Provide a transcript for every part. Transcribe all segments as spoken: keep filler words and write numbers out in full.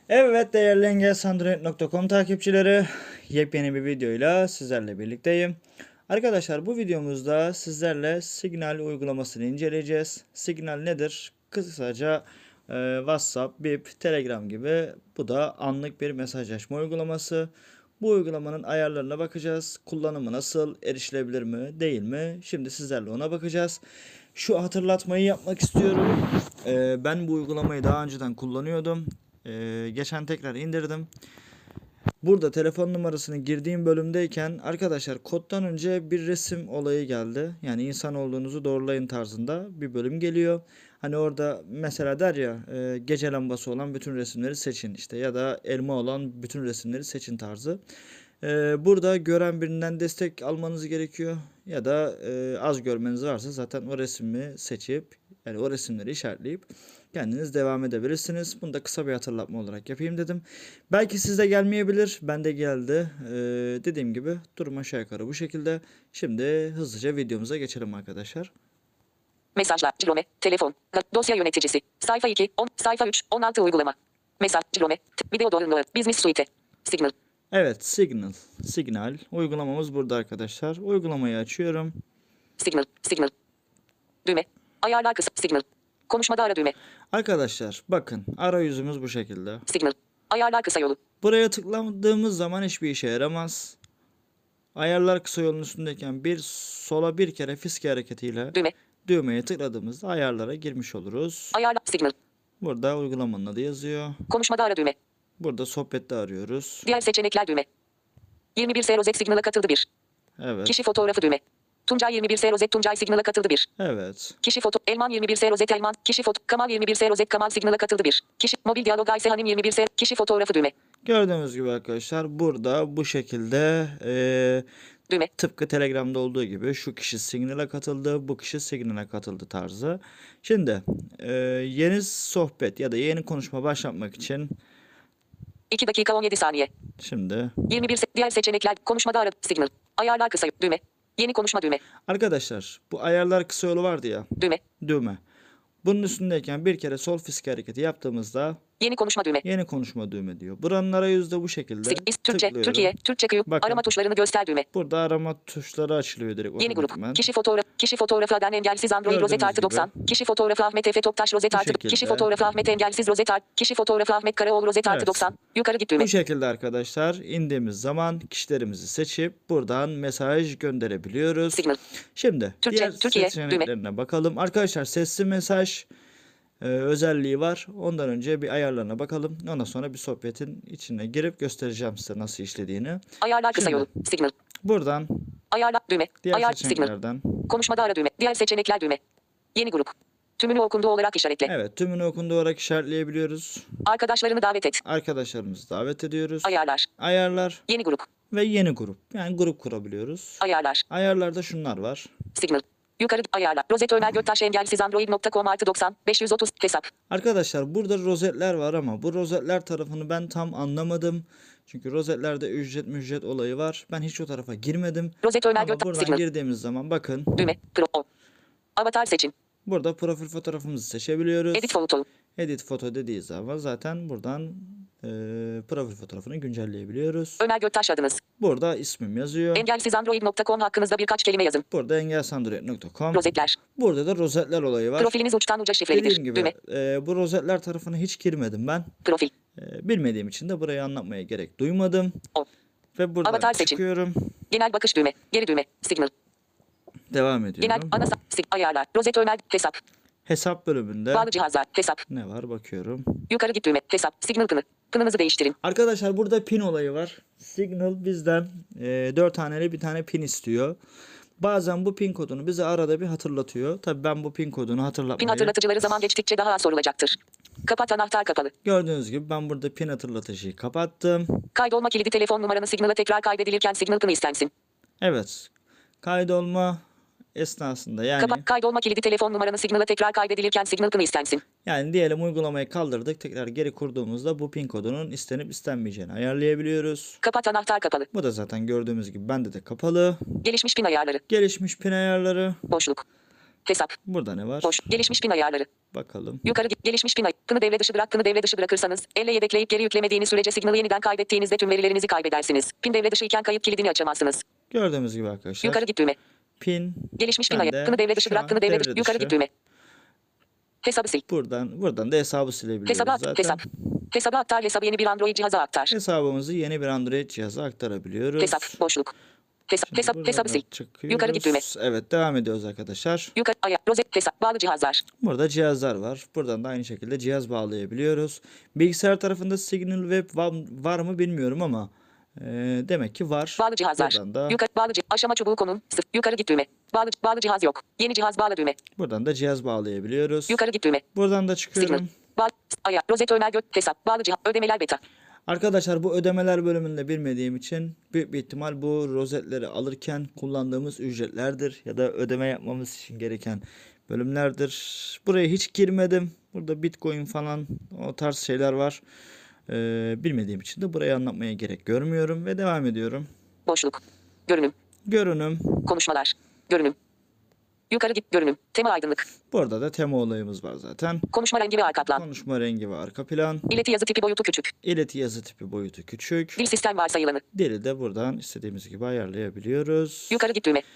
Evet değerli engelsandroid nokta com takipçileri, yepyeni bir videoyla sizlerle birlikteyim. Arkadaşlar bu videomuzda sizlerle Signal uygulamasını inceleyeceğiz. Signal nedir? Kısaca e, WhatsApp, Bip, Telegram gibi bu da anlık bir mesajlaşma uygulaması. Bu uygulamanın ayarlarına bakacağız. Kullanımı nasıl, erişilebilir mi, değil mi? Şimdi sizlerle ona bakacağız. Şu hatırlatmayı yapmak istiyorum. E, ben bu uygulamayı daha önceden kullanıyordum. Ee, geçen tekrar indirdim. Burada telefon numarasını girdiğim bölümdeyken arkadaşlar koddan önce bir resim olayı geldi. Yani insan olduğunuzu doğrulayın tarzında bir bölüm geliyor. Hani orada mesela der ya e, gece lambası olan bütün resimleri seçin işte ya da elma olan bütün resimleri seçin tarzı. Ee, burada gören birinden destek almanız gerekiyor ya da e, az görmeniz varsa zaten o resmi seçip yani o resimleri işaretleyip kendiniz devam edebilirsiniz. Bunu da kısa bir hatırlatma olarak yapayım dedim. Belki sizde gelmeyebilir. Bende geldi. Ee, dediğim gibi durum aşağı yukarı bu şekilde. Şimdi hızlıca videomuza geçelim arkadaşlar. Mesajlar, Cirome, telefon, dosya yöneticisi, sayfa iki, on, sayfa üç, on altı uygulama. Mesaj, Cirome, video download, business suite, Signal. Evet, Signal. Signal. Uygulamamız burada arkadaşlar. Uygulamayı açıyorum. Signal, Signal. Düğme. Ayarlar kısa, Signal. Konuşmada ara düğme. Arkadaşlar bakın arayüzümüz bu şekilde. Signal. Ayarlar kısa yolu. Buraya tıkladığımız zaman hiçbir işe yaramaz. Ayarlar kısa yolun üstündeyken bir sola bir kere fiske hareketiyle Düğme. düğmeye tıkladığımızda ayarlara girmiş oluruz. Ayarlar, Signal. Burada uygulamanın adı yazıyor. Konuşmada ara düğme. Burada sohbette arıyoruz. Diğer seçenekler düğme. yirmi bir S Rozet Signal'a katıldı bir. Evet. Kişi fotoğrafı düğme. Tuncay yirmi bir S Rozet Tuncay Signal'a katıldı bir. Evet. Kişi foto Elman yirmi bir S Rozet Elman. Kişi foto Kamal yirmi bir S Rozet Kamal Signal'a katıldı bir. Kişi mobil diyalog Ayse Hanım yirmi bir S kişi fotoğrafı düğme. Gördüğünüz gibi arkadaşlar burada bu şekilde e, Düğme. tıpkı Telegram'da olduğu gibi şu kişi Signal'a katıldı, bu kişi Signal'a katıldı tarzı. Şimdi e, yeni sohbet ya da yeni konuşma başlatmak için iki dakika on yedi saniye. şimdi yirmi bir se- diğer seçenekler konuşmada ara Signal. Ayarlar kısa düğme. Yeni konuşma düğme. arkadaşlar bu ayarlar kısa yolu vardı ya, Düğme. düğme. Bunun üstündeyken bir kere sol fiske hareketi yaptığımızda Yeni konuşma düğme. yeni konuşma düğme diyor. Buranın arayüzü bu şekilde. Sig- is- Türkçe, Tıklıyorum. Türkiye, Türkçe Q. Bakın. Arama tuşlarını göster düğme. Burada arama tuşları açılıyor direkt Yeni grup. otomatikman. Kişi fotoğraf. Kişi fotoğrafı Aden engelsiz Android Gördüğünüz rozet artı gibi. doksan. Kişi fotoğrafı Ahmet Efe Toptaş rozet Bu artı. şekilde. Kişi fotoğrafı Ahmet engelsiz rozet artı. Kişi fotoğrafı Ahmet Karaoğlu rozet artı Evet. doksan. Yukarı git düğme. Bu şekilde arkadaşlar indiğimiz zaman kişilerimizi seçip buradan mesaj gönderebiliyoruz. Signal. Şimdi Türkçe, diğer Türkiye, seçeneklerine bakalım. Arkadaşlar sesli mesaj e, özelliği var. Ondan önce bir ayarlarına bakalım. Ondan sonra bir sohbetin içine girip göstereceğim size nasıl işlediğini. Ayarlar kısa Şimdi. yolu. Signal. Buradan Ayarlar düğme. diğer Ayar Signal. seçeneklerden Konuşmada ara düğme. Diğer seçenekler düğme. Yeni grup. Tümünü okunduğu olarak işaretle. evet tümünü okunduğu olarak işaretleyebiliyoruz. Arkadaşlarını davet et. Arkadaşlarımızı davet ediyoruz. Ayarlar. Ayarlar Yeni grup. ve yeni grup. Yani grup kurabiliyoruz. Ayarlar. Ayarlarda şunlar var. Signal. Yukarı ayarlar. Rozet Ömer Göktaş engelsiz android nokta com artı doksan beş yüz otuz hesap. Arkadaşlar burada rozetler var ama bu rozetler tarafını ben tam anlamadım. Çünkü rozetlerde ücret mücret olayı var. Ben hiç o tarafa girmedim. Rozet Ömer Ama Göktaş buradan Signal. girdiğimiz zaman bakın. Düğme. Pro. O. Avatar seçin. Burada profil fotoğrafımızı seçebiliyoruz. Edit foto. Edit foto dediği zaman zaten buradan e, profil fotoğrafını güncelleyebiliyoruz. Ömer Göktaş adınız. Burada ismim yazıyor. Engelsiz android nokta com hakkınızda birkaç kelime yazın. Burada engelsandroid nokta com. Rozetler. Burada da rozetler olayı var. Profiliniz uçtan uca şifrelidir. Dediğim gibi Düğme. e, bu rozetler tarafına hiç girmedim ben. Profil. E, bilmediğim için de burayı anlatmaya gerek duymadım. O. Ve buradan Avatar seçin. çıkıyorum. Genel bakış düğme. Geri düğme. Signal. Devam ediyorum. Genel ana sa- sig- ayarlar. Rozet Ömer hesap. Hesap bölümünde Bağlı cihazlar. Hesap. ne var bakıyorum. Yukarı git düğme. Hesap. Signal pını. Pınınızı değiştirin. Arkadaşlar burada pin olayı var. Signal bizden e, dört haneli bir tane pin istiyor. Bazen bu pin kodunu bize arada bir hatırlatıyor. Tabii ben bu pin kodunu hatırlatmayı... Pin hatırlatıcıları zaman geçtikçe daha az sorulacaktır. Kapat anahtar kapalı. Gördüğünüz gibi ben burada pin hatırlatıcıyı kapattım. Kaydolma kilidi telefon numaranı Signal'a tekrar kaydedilirken Signal pını istensin. Evet. Kaydolma esnasında yani Kapat kaydolma kilidi telefon numaranı Signal'a tekrar kaydedilirken Signal pını istensin. yani diyelim uygulamayı kaldırdık. Tekrar geri kurduğumuzda bu pin kodunun istenip istenmeyeceğini ayarlayabiliyoruz. Kapat anahtar kapalı. Bu da zaten gördüğümüz gibi bende de kapalı. Gelişmiş pin ayarları. Gelişmiş pin ayarları. Boşluk. Hesap. Burada ne var? Boş. Gelişmiş pin ayarları. Bakalım. Yukarı git. Gelişmiş pin ay. Pını devre dışı bırak. Pını devre dışı bırakırsanız elle yedekleyip geri yüklemediğiniz sürece Signal'ı yeniden kaydettiğinizde tüm verilerinizi kaybedersiniz. Pin devre dışı iken kayıt kilidini açamazsınız. Gördüğümüz gibi arkadaşlar. Yukarı git düğme. Pin. Gelişmiş pin Ben ayı. de Pını devre dışı şu bırak. an Pını devre dışı. devre Yukarı dışı. git düğme. Hesabı sil. Buradan buradan da hesabı silebiliyoruz Hesaba at. zaten. Hesap. Hesaba aktar. Hesabı yeni bir Android cihaza aktar. Hesabımızı yeni bir Android cihaza aktarabiliyoruz. Hesap. Boşluk. Hesap. Şimdi Hesap. buradan Hesabı da sil. çıkıyoruz. Yukarı git düğme. Evet, devam ediyoruz arkadaşlar. Yukarı aya. Rozet. Hesap. Bağlı cihazlar. Burada cihazlar var. Buradan da aynı şekilde cihaz bağlayabiliyoruz. Bilgisayar tarafında Signal Web var, var mı bilmiyorum ama e, demek ki var. Bağlı cihazlar. Buradan da, Yukarı bağlı cihaz. Aşama çubuğu konum. Sıfır. Yukarı git düğme. Bağlı bağlı cihaz yok. Yeni cihaz bağla düğme. buradan da cihaz bağlayabiliyoruz. Yukarı git düğme. Buradan da Signal. çıkıyorum. Bağlı. Aya. Rozet Ömer Gök. Hesap. Bağlı cihaz. Ödemeler beta. Arkadaşlar, bu ödemeler bölümünde bilmediğim için büyük bir ihtimal bu rozetleri alırken kullandığımız ücretlerdir ya da ödeme yapmamız için gereken bölümlerdir. Buraya hiç girmedim. Burada Bitcoin falan o tarz şeyler var. Ee, bilmediğim için de burayı anlatmaya gerek görmüyorum ve devam ediyorum. Boşluk. Görünüm. Görünüm. Konuşmalar. Görünüm. Yukarı git görünüm. Tema aydınlık. Burada da tema olayımız var zaten. Konuşma rengi ve arka plan. Konuşma rengi ve arka plan. İleti yazı tipi boyutu küçük. İleti yazı tipi boyutu küçük. Dil sistem varsayılanı. Dili de buradan istediğimiz gibi ayarlayabiliyoruz. Yukarı git düğme.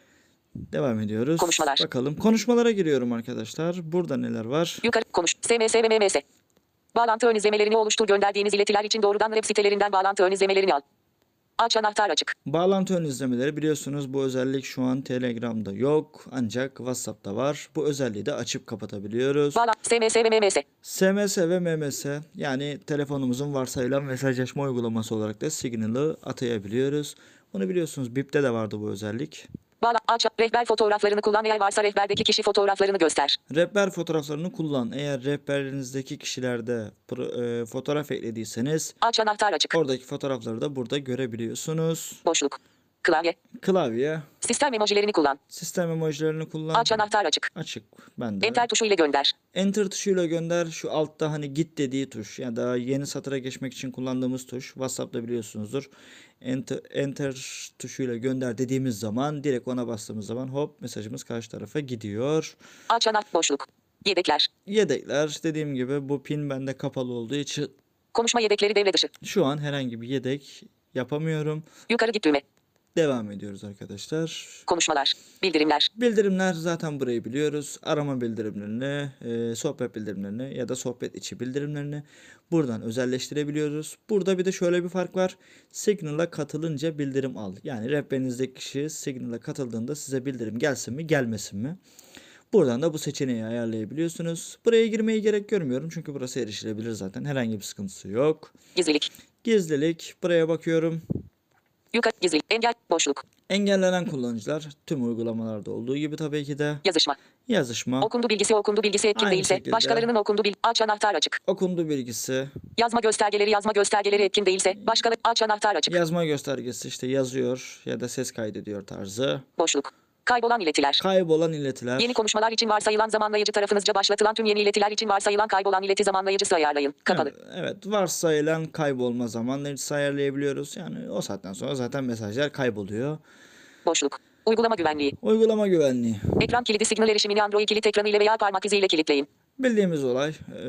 Devam ediyoruz. Konuşmalar. Bakalım. Konuşmalara giriyorum arkadaşlar. Burada neler var? Yukarı konuş. S M S ve M M S. Bağlantı ön izlemelerini oluştur. Gönderdiğiniz iletiler için doğrudan web sitelerinden bağlantı ön izlemelerini al. Aç anahtar açık. Bağlantı ön izlemeleri, biliyorsunuz bu özellik şu an Telegram'da yok. Ancak WhatsApp'ta var. Bu özelliği de açıp kapatabiliyoruz. Bağla S M S ve M M S. S M S ve M M S, yani telefonumuzun varsayılan mesajlaşma uygulaması olarak da Signal'ı atayabiliyoruz. Bunu biliyorsunuz, B I P'te de vardı bu özellik. Bağla aç rehber fotoğraflarını kullan, eğer varsa rehberdeki kişi fotoğraflarını göster. Rehber fotoğraflarını kullan. Eğer rehberinizdeki kişilerde pro- e, fotoğraf eklediyseniz Aç anahtar açık. oradaki fotoğrafları da burada görebiliyorsunuz. Boşluk. Klavye. Klavye, Sistem emojilerini kullan. sistem emojilerini kullan. Aç anahtar açık. Açık. Ben de. Enter tuşu ile gönder. Enter tuşuyla gönder. Şu altta hani git dediği tuş ya da yeni satıra geçmek için kullandığımız tuş. WhatsApp'ta biliyorsunuzdur. Enter, enter tuşuyla gönder dediğimiz zaman, direkt ona bastığımız zaman hop mesajımız karşı tarafa gidiyor. Aç anahtar boşluk. Yedekler. Yedekler, dediğim gibi bu pin bende kapalı olduğu için Konuşma yedekleri devre dışı. şu an herhangi bir yedek yapamıyorum. Yukarı git düğme. Devam ediyoruz arkadaşlar. Konuşmalar. Bildirimler. Bildirimler, zaten burayı biliyoruz. Arama bildirimlerini, e, sohbet bildirimlerini ya da sohbet içi bildirimlerini buradan özelleştirebiliyoruz. Burada bir de şöyle bir fark var. Signal'a katılınca bildirim al. Yani rehberinizdeki kişi Signal'a katıldığında size bildirim gelsin mi gelmesin mi? Buradan da bu seçeneği ayarlayabiliyorsunuz. Buraya girmeye gerek görmüyorum çünkü burası erişilebilir zaten. Herhangi bir sıkıntısı yok. Gizlilik. Gizlilik, buraya bakıyorum. Yukarı gizlilik. Engel. Boşluk. Engellenen kullanıcılar, tüm uygulamalarda olduğu gibi tabii ki de. Yazışma. Yazışma, Okundu bilgisi okundu bilgisi etkin Aynı değilse. şekilde. Başkalarının okundu bil. Aç anahtar açık. okundu bilgisi, Yazma göstergeleri yazma göstergeleri etkin değilse. Başkaları aç anahtar açık. yazma göstergesi, işte yazıyor ya da ses kaydediyor tarzı. Boşluk. Kaybolan iletiler. Kaybolan iletiler. Yeni konuşmalar için varsayılan zamanlayıcı tarafınızca başlatılan tüm yeni iletiler için varsayılan kaybolan ileti zamanlayıcısı ayarlayın. Kapalı. Evet, evet, varsayılan kaybolma zamanlarını ayarlayabiliyoruz. Yani o saatten sonra zaten mesajlar kayboluyor. Boşluk. Uygulama güvenliği. Uygulama güvenliği. Ekran kilidi Signal erişimini Android kilit ekranı ile veya parmak izi ile kilitleyin. Bildiğimiz olay.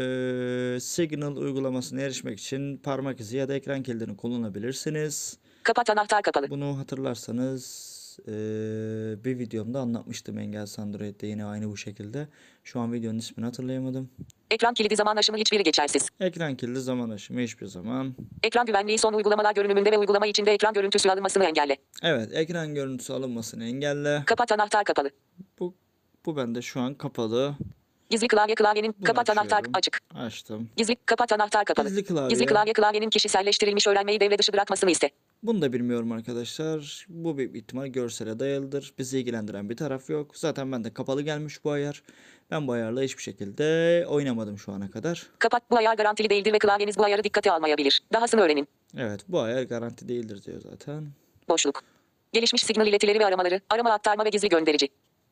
Ee, Signal uygulamasına erişmek için parmak izi ya da ekran kilidini kullanabilirsiniz. Kapat anahtar kapalı. Bunu hatırlarsanız ee, bir videomda anlatmıştım Engelsiz Android'de, yine aynı bu şekilde. Şu an videonun ismini hatırlayamadım. Ekran kilidi zaman aşımı hiçbiri geçersiz. Ekran kilidi zaman aşımı hiçbir zaman. Ekran güvenliği son uygulamalar görünümünde ve uygulama içinde ekran görüntüsü alınmasını engelle. Evet, ekran görüntüsü alınmasını engelle. Kapat anahtar kapalı. Bu, bu bende şu an kapalı. Gizli klavye klavyenin Bunu kapat anahtar açıyorum. açık. Açtım. Gizli kapat anahtar kapalı. Gizli klavye. Gizli klavye klavyenin kişiselleştirilmiş öğrenmeyi devre dışı bırakmasını iste. Bunu da bilmiyorum arkadaşlar. Bu bir ihtimal görsele dayalıdır. Bizi ilgilendiren bir taraf yok. Zaten bende kapalı gelmiş bu ayar. Ben bu ayarla hiçbir şekilde oynamadım şu ana kadar. Kapat bu ayar garantili değildir ve klavyeniz bu ayarı dikkate almayabilir. Dahasını öğrenin. Evet, bu ayar garanti değildir diyor zaten. Boşluk. Gelişmiş signal iletileri ve aramaları, arama aktarma ve gizli gönderici.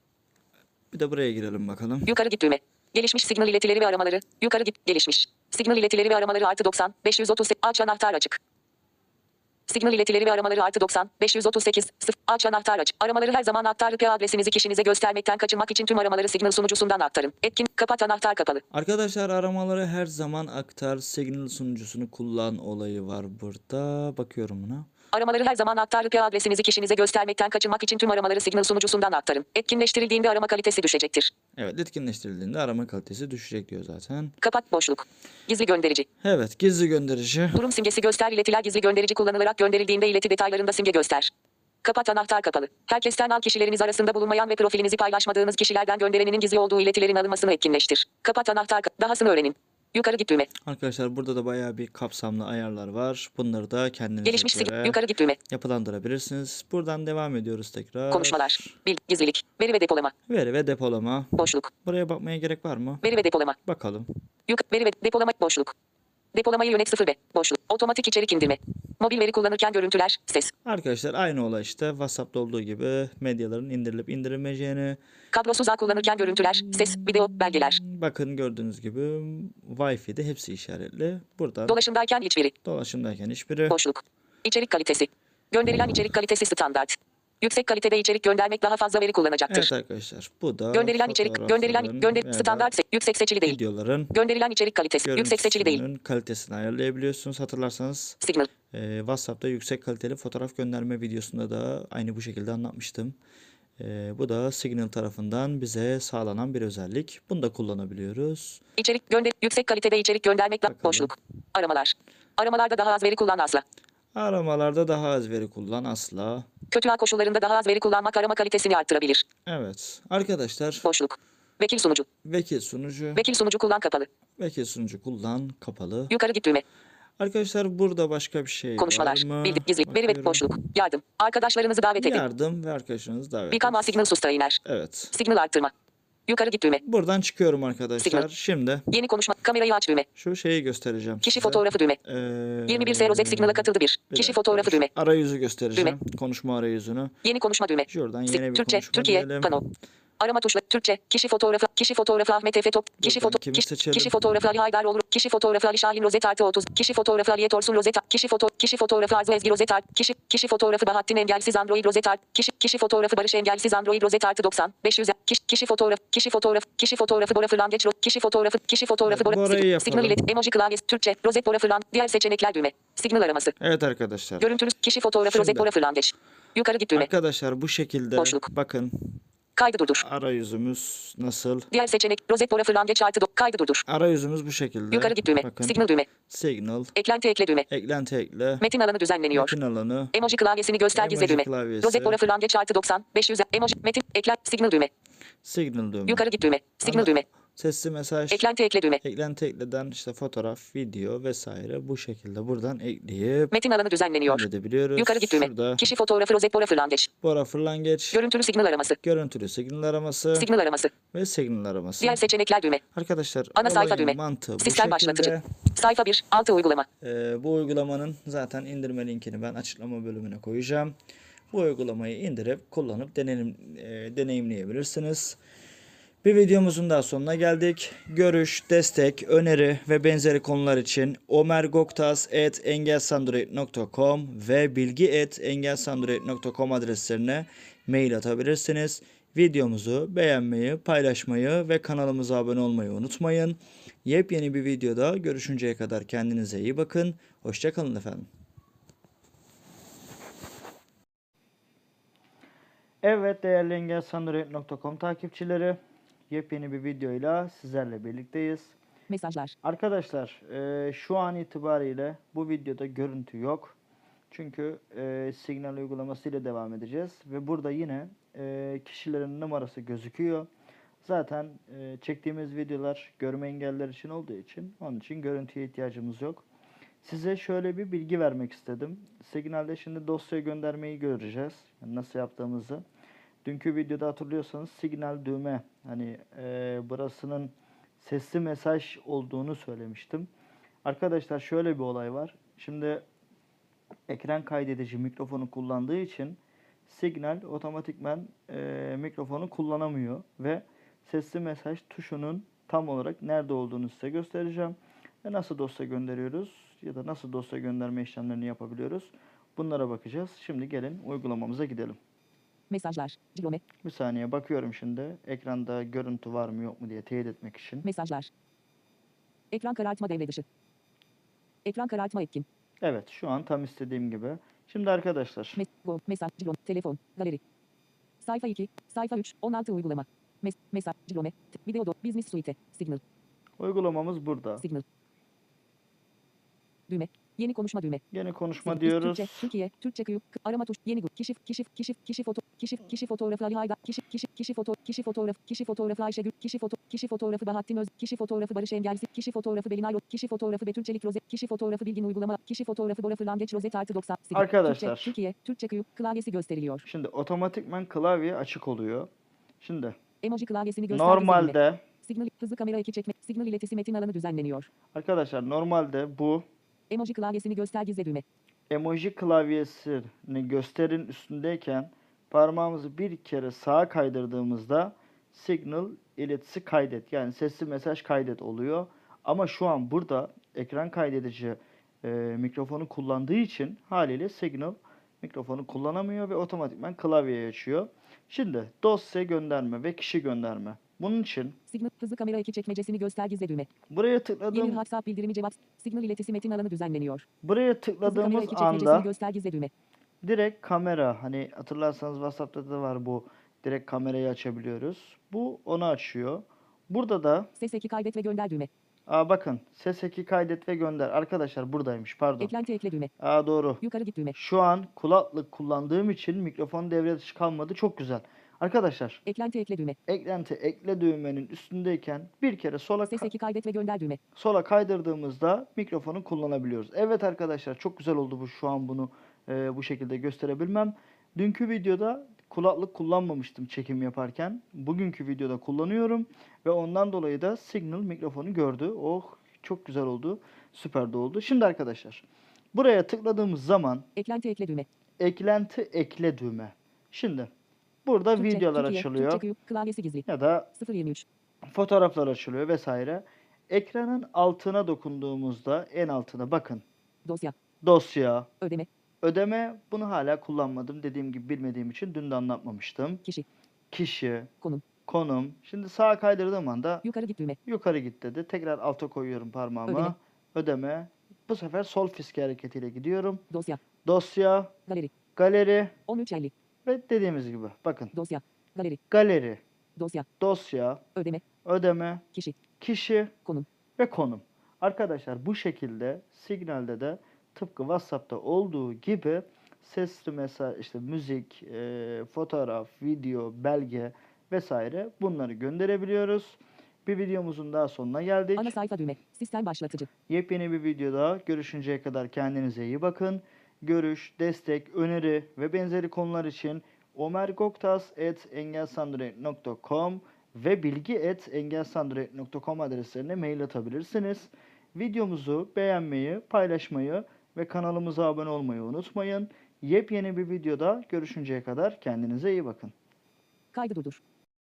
Bir de buraya girelim bakalım. Yukarı git düğme. Gelişmiş signal iletileri ve aramaları, yukarı git, gelişmiş. Signal iletileri ve aramaları artı doksan, beş yüz otuz, aç anahtar açık. Signal iletileri ve aramaları artı doksan, beş yüz otuz sekiz, sıfır, aç anahtar aç. Aramaları her zaman aktar. I P adresinizi kişinize göstermekten kaçınmak için tüm aramaları Signal sunucusundan aktarın. Etkin, kapat anahtar kapalı. Arkadaşlar aramaları her zaman aktar. Signal sunucusunu kullan olayı var burada. Bakıyorum buna. Aramaları her zaman aktar. I P adresinizi kişinize göstermekten kaçınmak için tüm aramaları Signal sunucusundan aktarın. Etkinleştirildiğinde arama kalitesi düşecektir. Evet, etkinleştirildiğinde arama kalitesi düşecek diyor zaten. Kapat boşluk. Gizli gönderici. Evet, gizli gönderici. Durum simgesi göster. İletiler gizli gönderici kullanılarak gönderildiğinde ileti detaylarında simge göster. Kapat anahtar kapalı. Herkesten al kişileriniz arasında bulunmayan ve profilinizi paylaşmadığınız kişilerden gönderenin gizli olduğu iletilerin alınmasını etkinleştir. Kapat anahtar ka- dahasını öğrenin. Yukarı git düğme. Arkadaşlar burada da bayağı bir kapsamlı ayarlar var. Bunları da kendinize Gelişmiş göre signal. Yukarı git düğme. yapılandırabilirsiniz. Buradan devam ediyoruz tekrar. Konuşmalar. Bil. Gizlilik. Veri ve depolama. Veri ve depolama. Boşluk. Buraya bakmaya gerek var mı? Veri ve depolama. Bakalım. Yuk veri ve depolama boşluk. Depolamayı yönet sıfır B. Boşluk. Otomatik içerik indirme. Mobil veri kullanırken görüntüler, ses. Arkadaşlar aynı olay işte. WhatsApp'ta olduğu gibi medyaların indirilip indirilmeyeceğini. Kablosuz ağ kullanırken görüntüler, ses, video, belgeler. Bakın gördüğünüz gibi Wi-Fi'de hepsi işaretli. Buradan Dolaşımdayken hiçbiri. dolaşımdayken hiçbiri. Boşluk. İçerik kalitesi. Gönderilen içerik kalitesi standart. Yüksek kalitede içerik göndermek daha fazla veri kullanacaktır. Evet arkadaşlar bu da Gönderilen içerik, gönderilen fotoğrafların gönder veya standart se- yüksek seçili değil. videoların Gönderilen içerik kalitesi yüksek seçili değil. görüntüsünün kalitesini ayarlayabiliyorsunuz. Hatırlarsanız Signal. e, WhatsApp'ta yüksek kaliteli fotoğraf gönderme videosunda da aynı bu şekilde anlatmıştım. E, bu da Signal tarafından bize sağlanan bir özellik. Bunu da kullanabiliyoruz. İçerik gönder yüksek kalitede içerik göndermek Bakalım. boşluk. Aramalar. Aramalarda daha az veri kullan asla. Aramalarda daha az veri kullan asla. Kötü ağ koşullarında daha az veri kullanmak arama kalitesini arttırabilir. Evet arkadaşlar, Boşluk. Vekil sunucu. vekil sunucu, Vekil sunucu kullan kapalı. vekil sunucu kullan kapalı. Yukarı git düğme. Arkadaşlar burada başka bir şey Konuşmalar. var mı? Bildir gizli. Veri ve Bakıyorum. boşluk. Yardım. Arkadaşlarınızı davet edin. Yardım ve arkadaşınızı davet Become a edin. signal sustainer. Evet. Signal arttırma. Yukarı git düğme. Buradan çıkıyorum arkadaşlar. Signal. Şimdi Yeni konuşma. Kamerayı aç düğme. şu şeyi göstereceğim Kişi size. fotoğrafı düğme. Ee, yirmi bir S rozet signal'a katıldı bir. bir Kişi dakika. fotoğrafı düğme. Arayüzü göstereceğim. Konuşma arayüzünü. Yeni konuşma düğme. Şuradan Sik- yeni bir Türkçe, konuşma Türkiye, diyelim. pano. Arama tuşları Türkçe, kişi fotoğrafı, kişi fotoğrafı Ahmet Efe Top, kişi Buradan foto, kimi kişi, seçelim? kişi fotoğrafı Ali Haydaroğlu, kişi fotoğrafı Ali Şahin rozet artı otuz, kişi fotoğrafı Aliye Torsun rozet artı, kişi foto, kişi fotoğrafı Arzu Ezgi rozet artı, kişi, kişi fotoğrafı Bahattin Engelsiz Android rozet artı, kişi, kişi fotoğrafı Barış Engelsiz Android rozet artı doksan, beş yüz, kişi, kişi fotoğraf, kişi fotoğraf, kişi fotoğrafı Bora Fırlangeç, ro- kişi fotoğrafı, kişi fotoğrafı Evet, Bora, Bora'yı sig- yapalım. signal ilet, emoji klavyesi, Türkçe, rozet Bora Fırlan, diğer seçenekler düğme, signal araması, Evet arkadaşlar. görüntünüz, kişi fotoğrafı Şimdi. rozet Bora Fırlangeç, yukarı git düğme, Arkadaşlar bu şekilde Boşluk. bakın kaydı durdur, arayüzümüz nasıl? diğer seçenek, rozet Bora Fırlangeç artı do- kaydı durdur. Arayüzümüz bu şekilde. Yukarı git düğme. Bakın. Signal düğme. Signal. Eklenti ekle düğme. Eklenti ekle. Metin alanı düzenleniyor. Metin alanı. Emoji klavyesini göster gizle Emoji düğme. klavyesi. Rozet Bora Fırlangeç artı doksan. beş yüz. Emoji. Metin. Eklen. Signal düğme. Signal düğme. Yukarı git düğme. Signal Ana- düğme. Sesli mesaj. Eklenti ekle düğme. Eklenti ekleden işte fotoğraf, video vesaire bu şekilde buradan ekleyip Metin alanı düzenleniyor. halledebiliyoruz. Yukarı git düğme. Şurada Kişi fotoğrafı Rozet Bora Fırlangeç. Bora Fırlangeç, Görüntülü signal araması. görüntülü signal araması Signal araması. ve signal araması. Diğer seçenekler düğme. Arkadaşlar Ana sayfa olayın düğme. mantığı bu Sistem şekilde. başlatıcı. Sayfa bir. Altı uygulama. Ee, bu uygulamanın zaten indirme linkini ben açıklama bölümüne koyacağım. Bu uygulamayı indirip kullanıp denenim, e, deneyimleyebilirsiniz. Bir videomuzun daha sonuna geldik. Görüş, destek, öneri ve benzeri konular için omergoktas at engelsandroid nokta com ve bilgi at engelsandroid nokta com adreslerine mail atabilirsiniz. Videomuzu beğenmeyi, paylaşmayı ve kanalımıza abone olmayı unutmayın. Yepyeni bir videoda görüşünceye kadar kendinize iyi bakın. Hoşça kalın efendim. Evet değerli engelsandroid nokta com takipçileri, yepyeni bir videoyla sizlerle birlikteyiz. Mesajlar. Arkadaşlar e, şu an itibariyle bu videoda görüntü yok. Çünkü e, Signal uygulamasıyla devam edeceğiz. Ve burada yine e, kişilerin numarası gözüküyor. Zaten e, çektiğimiz videolar görme engelliler için olduğu için onun için görüntüye ihtiyacımız yok. Size şöyle bir bilgi vermek istedim. Signal'de şimdi dosya göndermeyi göreceğiz. Yani nasıl yaptığımızı. Dünkü videoda hatırlıyorsanız Signal düğme, hani e, burasının sesli mesaj olduğunu söylemiştim. Arkadaşlar şöyle bir olay var. Şimdi ekran kaydedici mikrofonu kullandığı için Signal otomatikman e, mikrofonu kullanamıyor ve sesli mesaj tuşunun tam olarak nerede olduğunu size göstereceğim. Ve nasıl dosya gönderiyoruz ya da nasıl dosya gönderme işlemlerini yapabiliyoruz. Bunlara bakacağız. Şimdi gelin uygulamamıza gidelim. Mesajlar. Cilome. Bir saniye bakıyorum şimdi. Ekranda görüntü var mı yok mu diye teyit etmek için. Mesajlar. Ekran karartma devre dışı. Ekran karartma etkin. Evet, şu an tam istediğim gibi. Şimdi arkadaşlar, Mes Go. Mesaj. Cilom. Telefon. Galeri. Sayfa iki. Sayfa üç. on altı uygulama. Mes mesaj. Cilome. T- Video do. Business Suite. Signal. uygulamamız burada. Signal. Düğme. Yeni konuşma düğme. Yeni konuşma Signal. diyoruz. Türkçe. Türkiye. Türkçe kıyı. Arama tuş. Yeni grup. Kişi. Kişi. Kişi. Kişi foto. Kişi. Kişi fotoğrafı Ali Haydar. Kişi. Kişi. Kişi foto. Kişi fotoğraf. Kişi fotoğrafı Ayşegül. Kişi foto. Kişi fotoğrafı Bahattin Öz. Kişi fotoğrafı Barış Engelsiz. Kişi fotoğrafı Belinay Rot. Kişi fotoğrafı Betül Çelik Rozet. Kişi fotoğrafı Bilgin Uygulama. Kişi fotoğrafı Bora Fırlangeç Rozet artı doksan. Signal. Arkadaşlar. Türkçe. Türkiye. Türkçe kıyı. Klavyesi gösteriliyor. Şimdi otomatikman klavye açık oluyor. Şimdi Emoji klavyesini gösterge düğme. normalde Signal. Hızlı kamera iki çekme. Signal iletisi metin alanı düzenleniyor. arkadaşlar normalde bu Emoji klavyesini göster gizle düğme. emoji klavyesini gösterin üstündeyken parmağımızı bir kere sağa kaydırdığımızda signal iletisi kaydet, yani sesli mesaj kaydet oluyor. Ama şu an burada ekran kaydedici e, mikrofonu kullandığı için haliyle signal mikrofonu kullanamıyor ve otomatikman klavyeyi açıyor. Şimdi dosya gönderme ve kişi gönderme. Bunun için Signal. Hızlı kamera iki çekmecesini göster gizle düğme. buraya Yeni tıkladığım WhatsApp bildirimi cevap. Signal iletisi metin alanı düzenleniyor. buraya Hızlı kamera tıkladığımız iki çekmecesini anda göster gizle düğme. direkt kamera, hani hatırlarsanız WhatsApp'ta da var bu, direkt kamerayı açabiliyoruz. Bu onu açıyor. Burada da Ses eki kaydet ve gönder düğme. aa, bakın ses eki kaydet ve gönder. Arkadaşlar buradaymış, pardon. Eklenti ekle düğme. Aa, doğru. Yukarı git düğme. Şu an kulaklık kullandığım için mikrofon devre dışı kalmadı. Çok güzel. Arkadaşlar Eklenti ekle düğme. eklenti ekle düğmenin üstündeyken bir kere sola Ses ka- eki kaydet ve gönder düğme. sola kaydırdığımızda mikrofonu kullanabiliyoruz. Evet arkadaşlar, çok güzel oldu bu, şu an bunu e, bu şekilde gösterebilmem. Dünkü videoda kulaklık kullanmamıştım çekim yaparken. Bugünkü videoda kullanıyorum ve ondan dolayı da Signal mikrofonu gördü. Oh, çok güzel oldu. Süper de oldu. Şimdi arkadaşlar buraya tıkladığımız zaman Eklenti ekle düğme. eklenti ekle düğme. Şimdi burada Türkçe, videolar Türkiye, açılıyor Türkçe kıyı. Klavyesi gizli. ya da sıfır yirmi üç. fotoğraflar açılıyor vesaire. Ekranın altına dokunduğumuzda en altına bakın. Dosya. Dosya, Ödeme. ödeme, bunu hala kullanmadım. Dediğim gibi bilmediğim için dün de anlatmamıştım. Kişi. Kişi, Konum. konum. Şimdi sağa kaydırdığım anda Yukarı git düğme. yukarı git dedi. Tekrar alta koyuyorum parmağımı. Ödeme. Ödeme. Bu sefer sol fiske hareketiyle gidiyorum. Dosya. Dosya, Galeri. galeri on üç elli. ve dediğimiz gibi bakın. Dosya. Galeri. Galeri, Dosya. dosya, Ödeme. ödeme, Kişi. kişi Konum. ve konum. Arkadaşlar bu şekilde Signal'de de tıpkı WhatsApp'ta olduğu gibi sesli mesaj, işte müzik, e, fotoğraf, video, belge vesaire bunları gönderebiliyoruz. Bir videomuzun daha sonuna geldik. Ana sayfa düğme. Sistem başlatıcı. Yepyeni bir videoda görüşünceye kadar kendinize iyi bakın. Görüş, destek, öneri ve benzeri konular için omergoktas at engelsandroid nokta com ve bilgi at engelsandroid nokta com adreslerine mail atabilirsiniz. Videomuzu beğenmeyi, paylaşmayı ve kanalımıza abone olmayı unutmayın. Yepyeni bir videoda görüşünceye kadar kendinize iyi bakın. Kaydı durdur.